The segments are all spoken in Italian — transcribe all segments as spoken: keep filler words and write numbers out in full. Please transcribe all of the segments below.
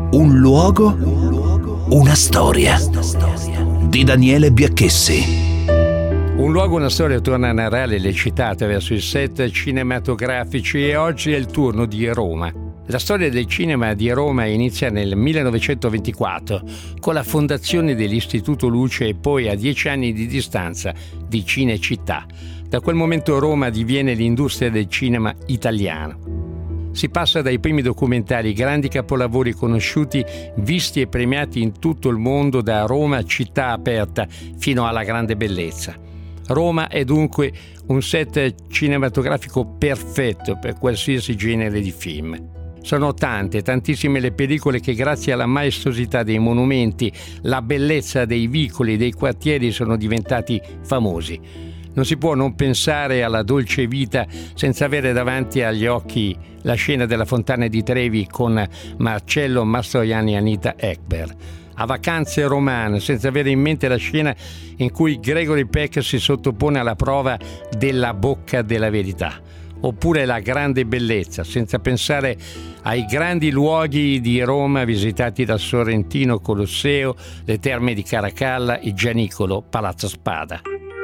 Un luogo, una storia. Di Daniele Biacchessi. Un luogo, una storia torna a narrare le città attraverso i set cinematografici e oggi è il turno di Roma. La storia del cinema di Roma inizia nel millenovecentoventiquattro con la fondazione dell'Istituto Luce e poi a dieci anni di distanza di Cinecittà. Da quel momento Roma diviene l'industria del cinema italiano. Si passa dai primi documentari, grandi capolavori conosciuti, visti e premiati in tutto il mondo, da Roma città aperta fino alla grande bellezza. Roma è dunque un set cinematografico perfetto per qualsiasi genere di film. Sono tante, tantissime le pellicole che grazie alla maestosità dei monumenti, la bellezza dei vicoli, dei quartieri sono diventati famosi. Non si può non pensare alla Dolce Vita senza avere davanti agli occhi la scena della Fontana di Trevi con Marcello Mastroianni e Anita Ekberg. A Vacanze romane, senza avere in mente la scena in cui Gregory Peck si sottopone alla prova della bocca della verità. Oppure La Grande Bellezza, senza pensare ai grandi luoghi di Roma visitati da Sorrentino, Colosseo, le Terme di Caracalla, il Gianicolo, Palazzo Spada.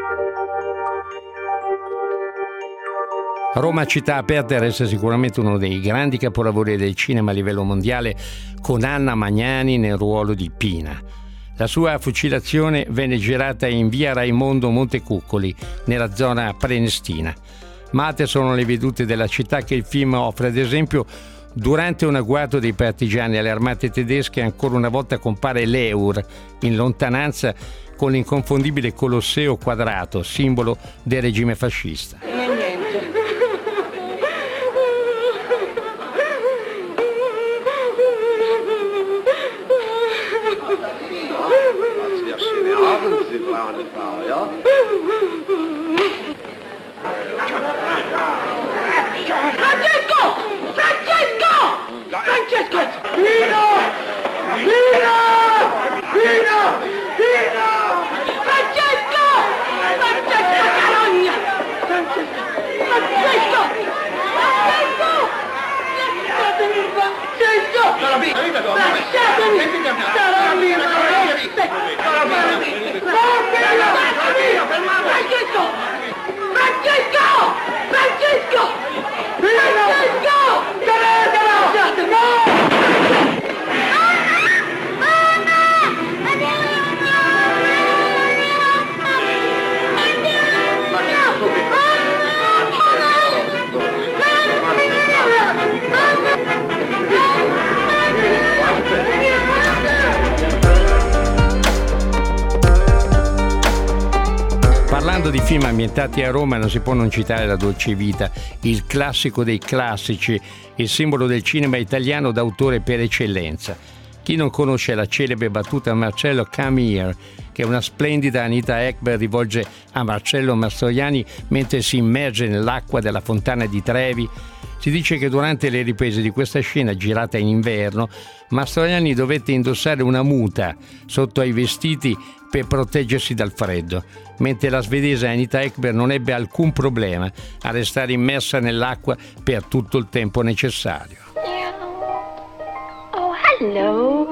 Roma città aperta resta sicuramente uno dei grandi capolavori del cinema a livello mondiale, con Anna Magnani nel ruolo di Pina. La sua fucilazione venne girata in via Raimondo Montecuccoli, nella zona prenestina. Molte sono le vedute della città che il film offre. Ad esempio, durante un agguato dei partigiani alle armate tedesche ancora una volta compare l'Eur in lontananza con l'inconfondibile Colosseo quadrato, simbolo del regime fascista. Parlando di film ambientati a Roma non si può non citare La Dolce Vita, il classico dei classici, il simbolo del cinema italiano d'autore per eccellenza. Chi non conosce la celebre battuta Marcello Come Here, che una splendida Anita Ekberg rivolge a Marcello Mastroianni mentre si immerge nell'acqua della Fontana di Trevi? Si dice che durante le riprese di questa scena, girata in inverno, Mastroianni dovette indossare una muta sotto ai vestiti per proteggersi dal freddo, mentre la svedese Anita Ekberg non ebbe alcun problema a restare immersa nell'acqua per tutto il tempo necessario. Oh, hello.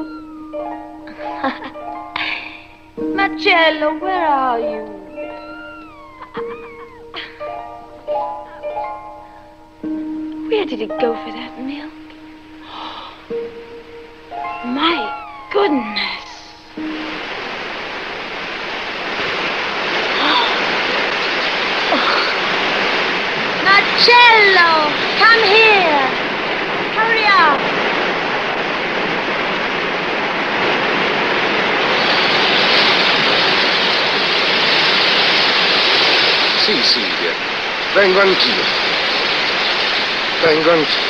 Marcello, where are you? Where did it go for that milk? My goodness. Marcello, come here. Hurry up. Sì, Silvia, vengo anch'io. Vengo anch'io.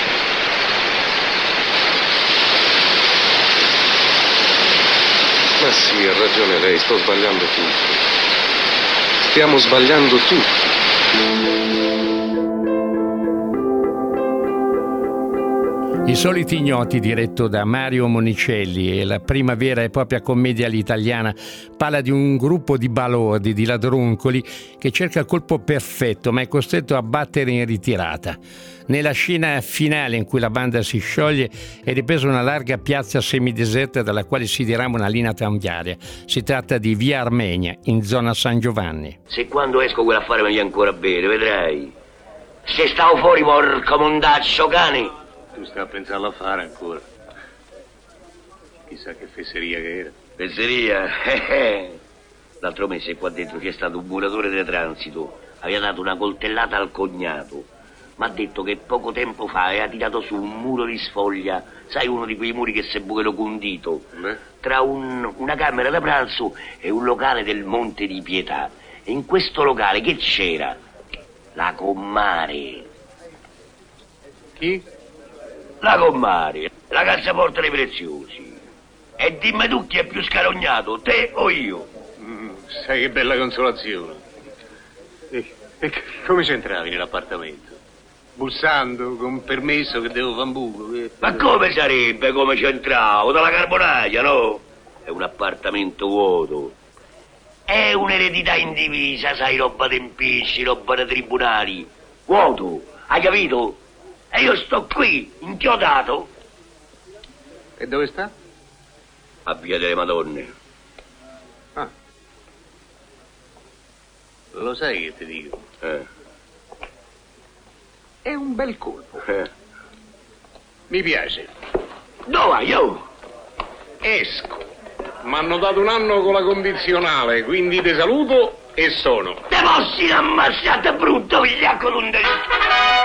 Ma sì, ha ragione lei, sto sbagliando tutto. Stiamo sbagliando tutti. I soliti ignoti, diretto da Mario Monicelli, è la prima vera e propria commedia all'italiana. Parla di un gruppo di balordi, di ladruncoli, che cerca il colpo perfetto, ma è costretto a battere in ritirata. Nella scena finale in cui la banda si scioglie è ripresa una larga piazza semideserta dalla quale si dirama una linea tranviaria. Si tratta di via Armenia, in zona San Giovanni. Se quando esco quell'affare mi viene ancora bene, vedrai. Se stavo fuori, porco mondaccio cane. Tu stai a pensare all'affare ancora. Chissà che fesseria che era. Fesseria? L'altro mese qua dentro c'è stato un muratore di transito. Aveva dato una coltellata al cognato. Mi ha detto che poco tempo fa aveva tirato su un muro di sfoglia. Sai, uno di quei muri che si bucano condito. Beh. Tra un, una camera da pranzo e un locale del Monte di Pietà. E in questo locale che c'era? La comare. Chi? La comare, la cassaforte dei preziosi. E dimmi tu chi è più scarognato, te o io? Mm, sai che bella consolazione. E, e come c'entravi nell'appartamento? Bussando, con permesso che devo fare un buco? Che... Ma come sarebbe come c'entravo? Dalla carbonaia, no? È un appartamento vuoto. È un'eredità indivisa, sai, roba di impicci, roba di tribunali. Vuoto, hai capito? E io sto qui, inchiodato. E dove sta? A Via delle Madonne. Ah. Lo sai che ti dico? Eh. È un bel colpo. Eh. Mi piace. Dove vai, io? Esco. Mi hanno dato un anno con la condizionale, quindi ti saluto e sono. Te fossi ammazzata brutto, vigliacco d'un delitto.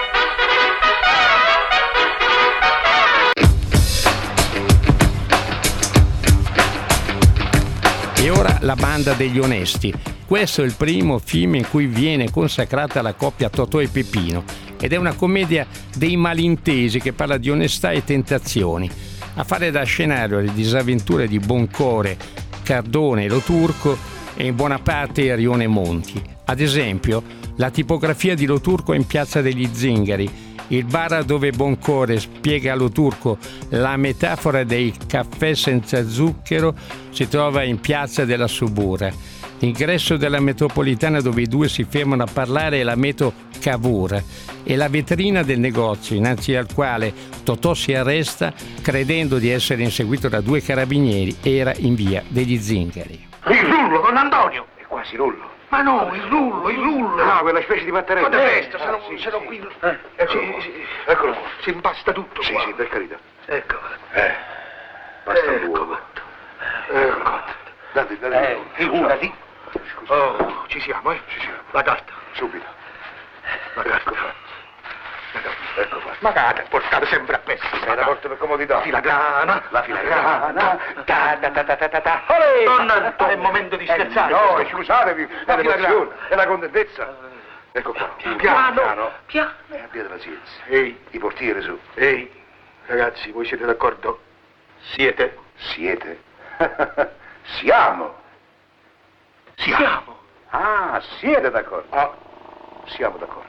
E ora La banda degli onesti. Questo è il primo film in cui viene consacrata la coppia Totò e Peppino ed è una commedia dei malintesi che parla di onestà e tentazioni. A fare da scenario le disavventure di Boncore, Cardone e Lo Turco e in buona parte Rione Monti. Ad esempio, la tipografia di Lo Turco in Piazza degli Zingari, il bar dove Boncore spiega a Lo Turco la metafora dei caffè senza zucchero si trova in Piazza della Suburra. L'ingresso della metropolitana dove i due si fermano a parlare è la metro Cavour e la vetrina del negozio innanzi al quale Totò si arresta credendo di essere inseguito da due carabinieri era in via degli Zingari. Il rullo, don Antonio! È quasi rullo. Ma no, il rullo, il rullo! Ah, quella specie di mattarello. Ma da festa, se Ah, non, sì, se non sì. qui... Eh, eccolo sì, qua. sì, Eccolo qua. Si impasta tutto Sì, qua. sì, per carità. Ecco. Eh, basta Ecco. l'uovo. Ecco. Date, date. Eh, figurati. Scusa. Oh, ci siamo, eh? Ci siamo. La carta. Subito. La carta. Ecco fatto. Ecco fatto. Ma cara, portate sempre a pezzi. Me la porto per comodità. Filigrana. La filigrana. Ta ta ta ta ta ta ta. Non è il momento di scherzare. No, scusatevi, La è l'emozione, filigrana. è la contentezza. Ecco qua. Piano. Piano. Piano. E abbiate pazienza. Ehi, I portieri su. ehi, ragazzi, voi siete d'accordo? Siete? Siete? Siamo. Siamo. Ah, siete d'accordo. Ah, Siamo d'accordo.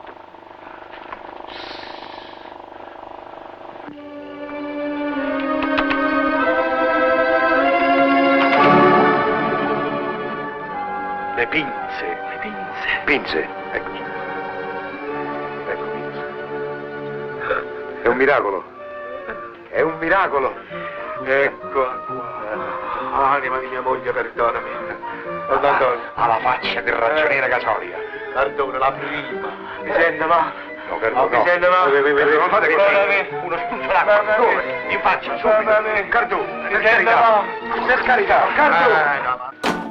le pinze, le pinze. Pinze. Ecco. Ecco, pinze. È un miracolo. È un miracolo. Ecco qua. Anima di mia moglie, perdonami. Don Antonio. Alla faccia del ragioniere Casoria. Perdona, la prima. Mi sente male? No, perdono, Mi no. sente male? Eh, eh, eh, non fate così. Perdonami. Uno spuzzolatto. Dove? In faccia, subito. Cardù, per carità. Per carità. Cardù. Eh, no, ma-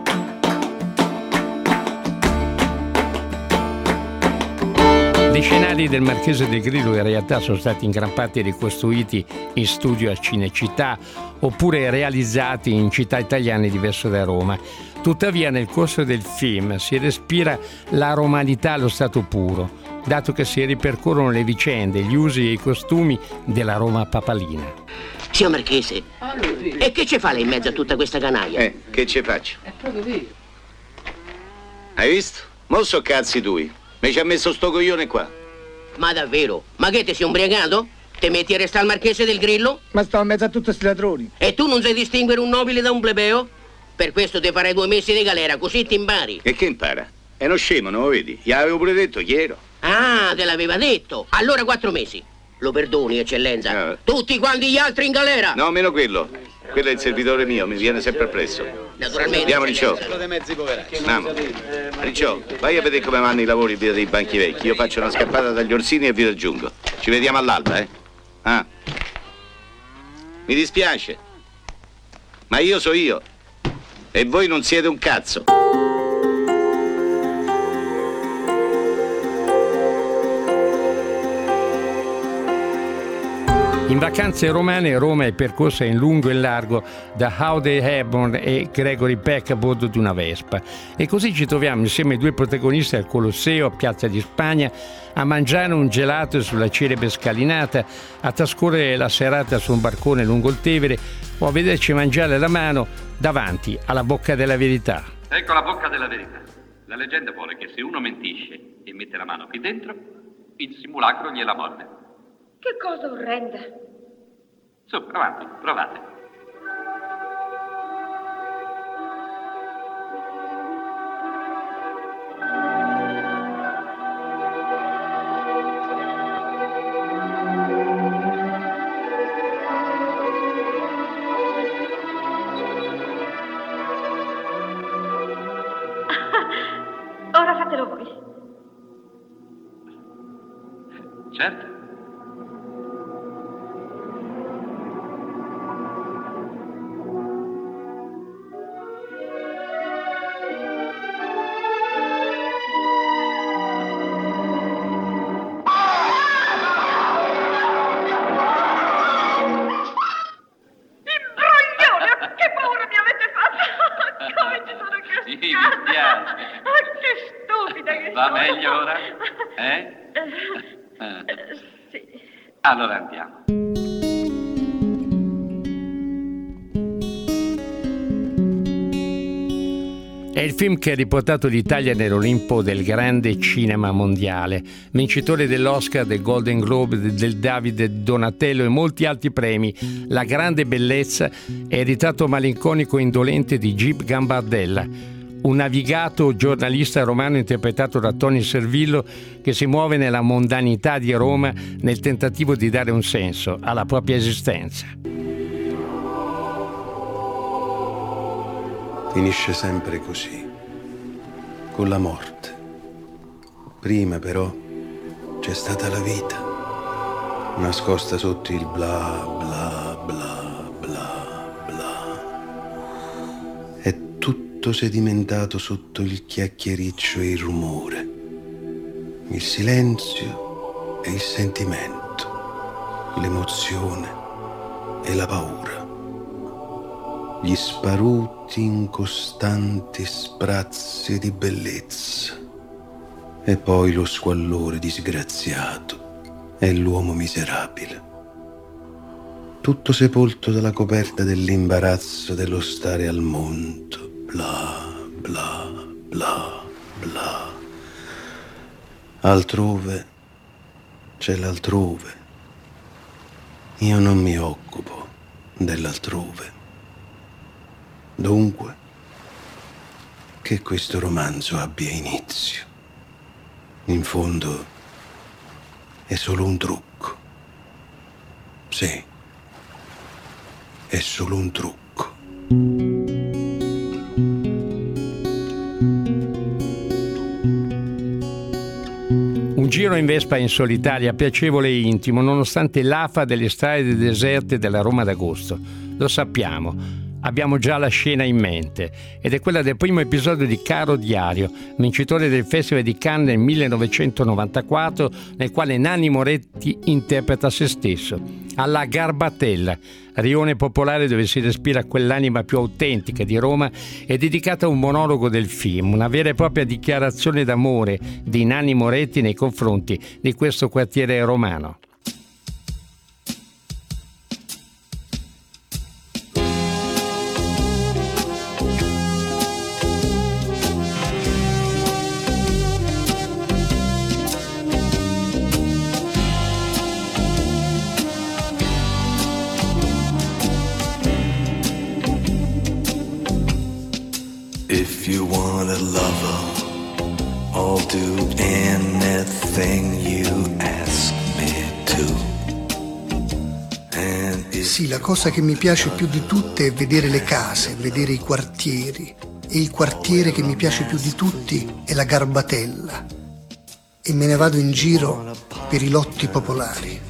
Gli scenari del Marchese del Grillo in realtà sono stati in gran parte ricostruiti in studio a Cinecittà oppure realizzati in città italiane diverse da Roma. Tuttavia nel corso del film si respira la romanità allo stato puro, dato che si ripercorrono le vicende, gli usi e i costumi della Roma papalina. Signor Marchese, e che ci fa lei in mezzo a tutta questa canaglia? Eh, che ci faccio? È proprio vero. Hai visto? Mo so cazzi tui. Mi ci ha messo sto coglione qua. Ma davvero? Ma che ti sei ubriacato? Te metti a restare al Marchese del Grillo? Ma sto in mezzo a tutti questi ladroni. E tu non sai distinguere un nobile da un plebeo? Per questo ti farei due mesi di galera, così ti impari. E che impara? È uno scemo, non lo vedi? Gli avevo pure detto chi ero. Ah, te l'aveva detto. Allora quattro mesi. Lo perdoni, eccellenza. No. Tutti quanti gli altri in galera. No, meno quello. Quello è il servitore mio, mi viene sempre appresso. Naturalmente. Andiamo, Ricciò. eccellenza. Andiamo. Ricciò, vai a vedere come vanno i lavori via dei banchi vecchi. Io faccio una scappata dagli orsini e vi raggiungo. Ci vediamo all'alba, eh? Ah. Mi dispiace. Ma io so io. E voi non siete un cazzo. In vacanze romane Roma è percorsa in lungo e in largo da Audrey Hepburn e Gregory Peck a bordo di una Vespa. E così ci troviamo insieme ai due protagonisti al Colosseo, Piazza di Spagna, a mangiare un gelato sulla celebre scalinata, a trascorrere la serata su un barcone lungo il Tevere o a vederci mangiare la mano davanti alla bocca della verità. Ecco la bocca della verità. La leggenda vuole che se uno mentisce e mette la mano qui dentro, il simulacro gliela morde. Che cosa orrenda. Su, provate, provate. Ora fatelo voi. Certo. Va meglio ora? Eh? Sì. Allora andiamo. È il film che ha riportato l'Italia nell'Olimpo del grande cinema mondiale, vincitore dell'Oscar, del Golden Globe, del Davide Donatello e molti altri premi. La grande bellezza è il ritratto malinconico e indolente di Gib Gambardella, un navigato giornalista romano interpretato da Tony Servillo che si muove nella mondanità di Roma nel tentativo di dare un senso alla propria esistenza. Finisce sempre così, con la morte. Prima però c'è stata la vita, nascosta sotto il bla bla bla bla bla. È tutto sedimentato sotto il chiacchiericcio e il rumore, il silenzio e il sentimento, l'emozione e la paura. Gli sparuti incostanti sprazzi di bellezza e poi lo squallore disgraziato e l'uomo miserabile, tutto sepolto dalla coperta dell'imbarazzo dello stare al mondo, bla bla bla bla. Altrove c'è l'altrove. Io non mi occupo dell'altrove. Dunque, che questo romanzo abbia inizio. In fondo, è solo un trucco. Sì, è solo un trucco. Un giro in Vespa in solitaria, piacevole e intimo, nonostante l'afa delle strade deserte della Roma d'agosto. Lo sappiamo. Abbiamo già la scena in mente ed è quella del primo episodio di Caro Diario, vincitore del Festival di Cannes nel millenovecentonovantaquattro, nel quale Nanni Moretti interpreta se stesso. Alla Garbatella, rione popolare dove si respira quell'anima più autentica di Roma, è dedicata a un monologo del film, una vera e propria dichiarazione d'amore di Nanni Moretti nei confronti di questo quartiere romano. a lover, I'll do anything you ask me to. Sì, la cosa che mi piace più di tutte è vedere le case, vedere i quartieri. E il quartiere che mi piace più di tutti è la Garbatella. E me ne vado in giro per i lotti popolari.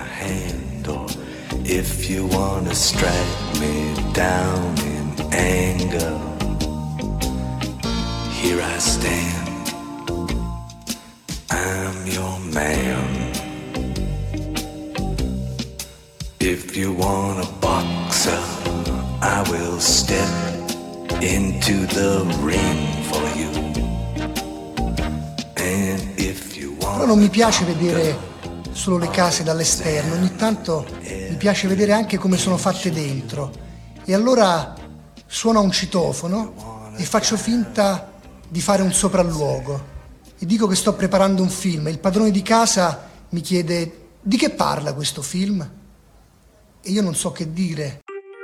If you wanna strike me down in anger, here I stand, I'm your man. If you want a boxer, I will step into the ring for you. And if you want... Però non mi piace vedere solo le case dall'esterno, ogni tanto mi piace vedere anche come sono fatte dentro. E allora suona un citofono e faccio finta di fare un sopralluogo. E dico che sto preparando un film e il padrone di casa mi chiede: di che parla questo film? E io non so che dire.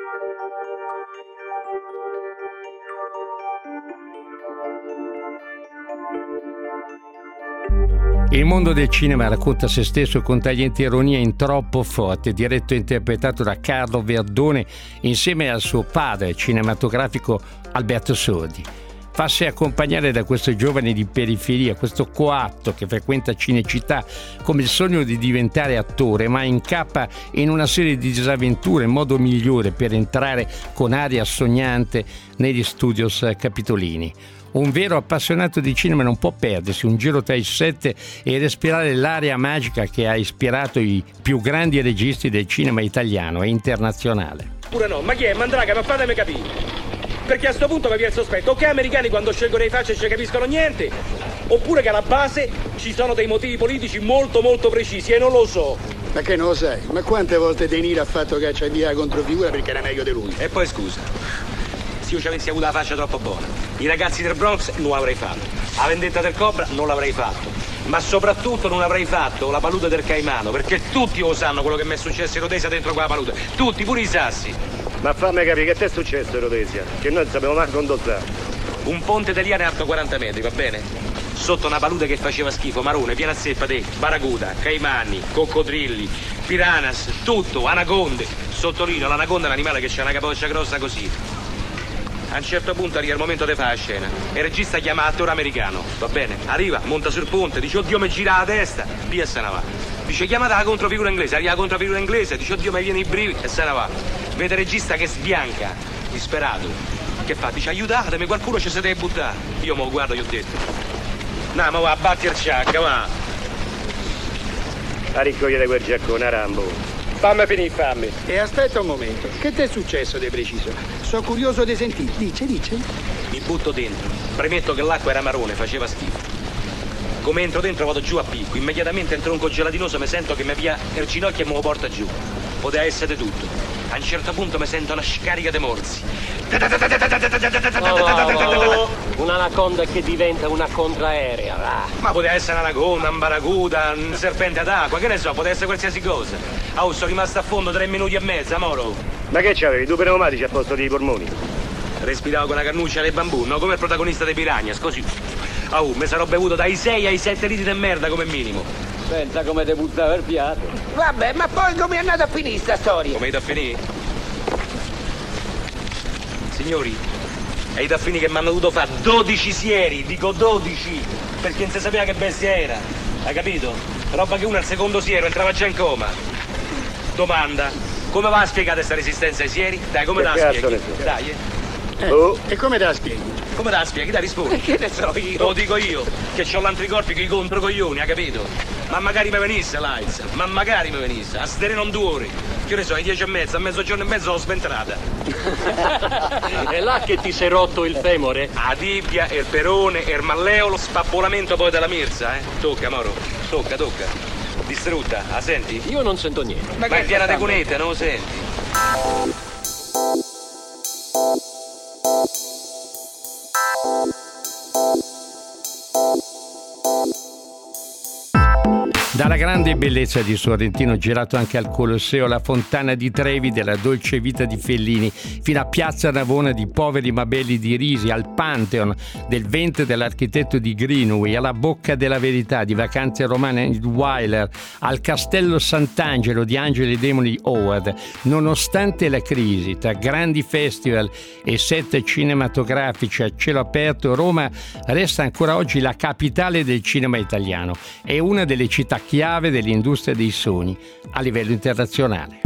Il mondo del cinema racconta se stesso con tagliente ironia in Troppo forte, diretto e interpretato da Carlo Verdone insieme al suo padre cinematografico Alberto Sordi. Farsi accompagnare da questo giovane di periferia, questo coatto che frequenta Cinecittà come il sogno di diventare attore, ma incappa in una serie di disavventure in modo migliore per entrare con aria sognante negli studios capitolini. Un vero appassionato di cinema non può perdersi un giro tra i set e respirare l'aria magica che ha ispirato i più grandi registi del cinema italiano e internazionale. Pure no, ma chi è? Mandraga, ma fatemi capire. Perché a sto punto mi viene il sospetto, o che americani quando scelgono i facce ci capiscono niente, oppure che alla base ci sono dei motivi politici molto molto precisi e non lo so. Ma che non lo sai? Ma quante volte De Niro ha fatto caccia via la controfigura perché era meglio di lui? E poi scusa, se io ci avessi avuto la faccia troppo buona, i ragazzi del Bronx non l'avrei fatto, la vendetta del Cobra non l'avrei fatto, ma soprattutto non avrei fatto la palude del Caimano, perché tutti lo sanno quello che mi è successo in Rhodesia dentro quella palude, tutti, pure i sassi. Ma fammi capire che ti è successo in Rhodesia, che noi non sappiamo manco indossare. Un ponte di liane alto quaranta metri, va bene? Sotto una palude che faceva schifo, marrone, piena zeppa di baracuda, caimani, coccodrilli, piranhas, tutto, anaconde. Sottolineo, l'anaconda è un animale che c'ha una capoccia grossa così. A un certo punto arriva il momento di fare la scena. Il regista chiama attore americano, va bene? Arriva, monta sul ponte, dice oddio mi gira la testa, via se ne va. Dice chiamata la controfigura inglese, arriva la controfigura inglese, dice oddio mi viene i brividi e se ne va. Vede il regista che sbianca, disperato. Che fa? Dice aiutatemi, qualcuno ci si deve buttare. Io mo guardo, gli ho detto. No, ma va, batti il ciacca, va. A ricogliere quel giaccone a Rambo. Fammi finire, fammi. E aspetta un momento, che ti è successo di preciso? Sono curioso di sentire, dice, dice. Mi butto dentro, premetto che l'acqua era marrone, faceva schifo. Come entro dentro vado giù a picco, immediatamente entro un congelatinoso mi sento che mi via il ginocchio e me lo porta giù. Poteva essere tutto. A un certo punto mi sento una scarica di morsi. Oh, oh, oh. Un'anaconda che diventa una contraerea. Ah. Ma poteva essere un'anaconda, un baracuda, un serpente ad acqua, che ne so, poteva essere qualsiasi cosa. Oh, sono rimasto a fondo tre minuti e mezzo, amoro. Ma che c'avevi? Due pneumatici a posto dei polmoni? Respiravo con una cannuccia di bambù, no? Come il protagonista dei Piranhas, così. Oh, mi sarò bevuto dai sei ai sette litri di merda come minimo. Pensa come te buttava il piatto. Vabbè, ma poi come è andata a finire sta storia? Come è da finire? Signori, è i taffini che mi hanno dovuto fare dodici sieri, dico dodici, perché non si sapeva che bestia era. Hai capito? Roba che uno al secondo siero entrava già in coma. Domanda, come va a spiegare questa resistenza ai sieri? Dai, come che la spieghi? Dai, eh. Eh, oh. E come te la spieghi? Come te la spieghi? Dai, rispondi. Che ne so io? Lo dico io, che c'ho l'anticorpi con i controcoglioni, hai capito? Ma magari mi venisse l'AIDS, ma magari mi venisse, a sedere non due ore. Che ne so, alle dieci e mezza, a mezzogiorno e mezzo l'ho sventrata. È là che ti sei rotto il femore? A tibia, il perone, il malleolo, spappolamento poi della mirza, eh? Tocca, moro, tocca, tocca. Distrutta, la senti? Io non sento niente. Ma, ma è piena di cunette, non lo senti? Dalla grande bellezza di Sorrentino, girato anche al Colosseo, la Fontana di Trevi della Dolce Vita di Fellini, fino a Piazza Navona di Poveri ma belli di Risi, al Pantheon del Vento dell'architetto di Greenway, alla Bocca della Verità di Vacanze Romane di Wyler, al Castello Sant'Angelo di Angeli e Demoni Howard. Nonostante la crisi tra grandi festival e set cinematografici a cielo aperto, Roma resta ancora oggi la capitale del cinema italiano. È una delle città chiave dell'industria dei sogni a livello internazionale.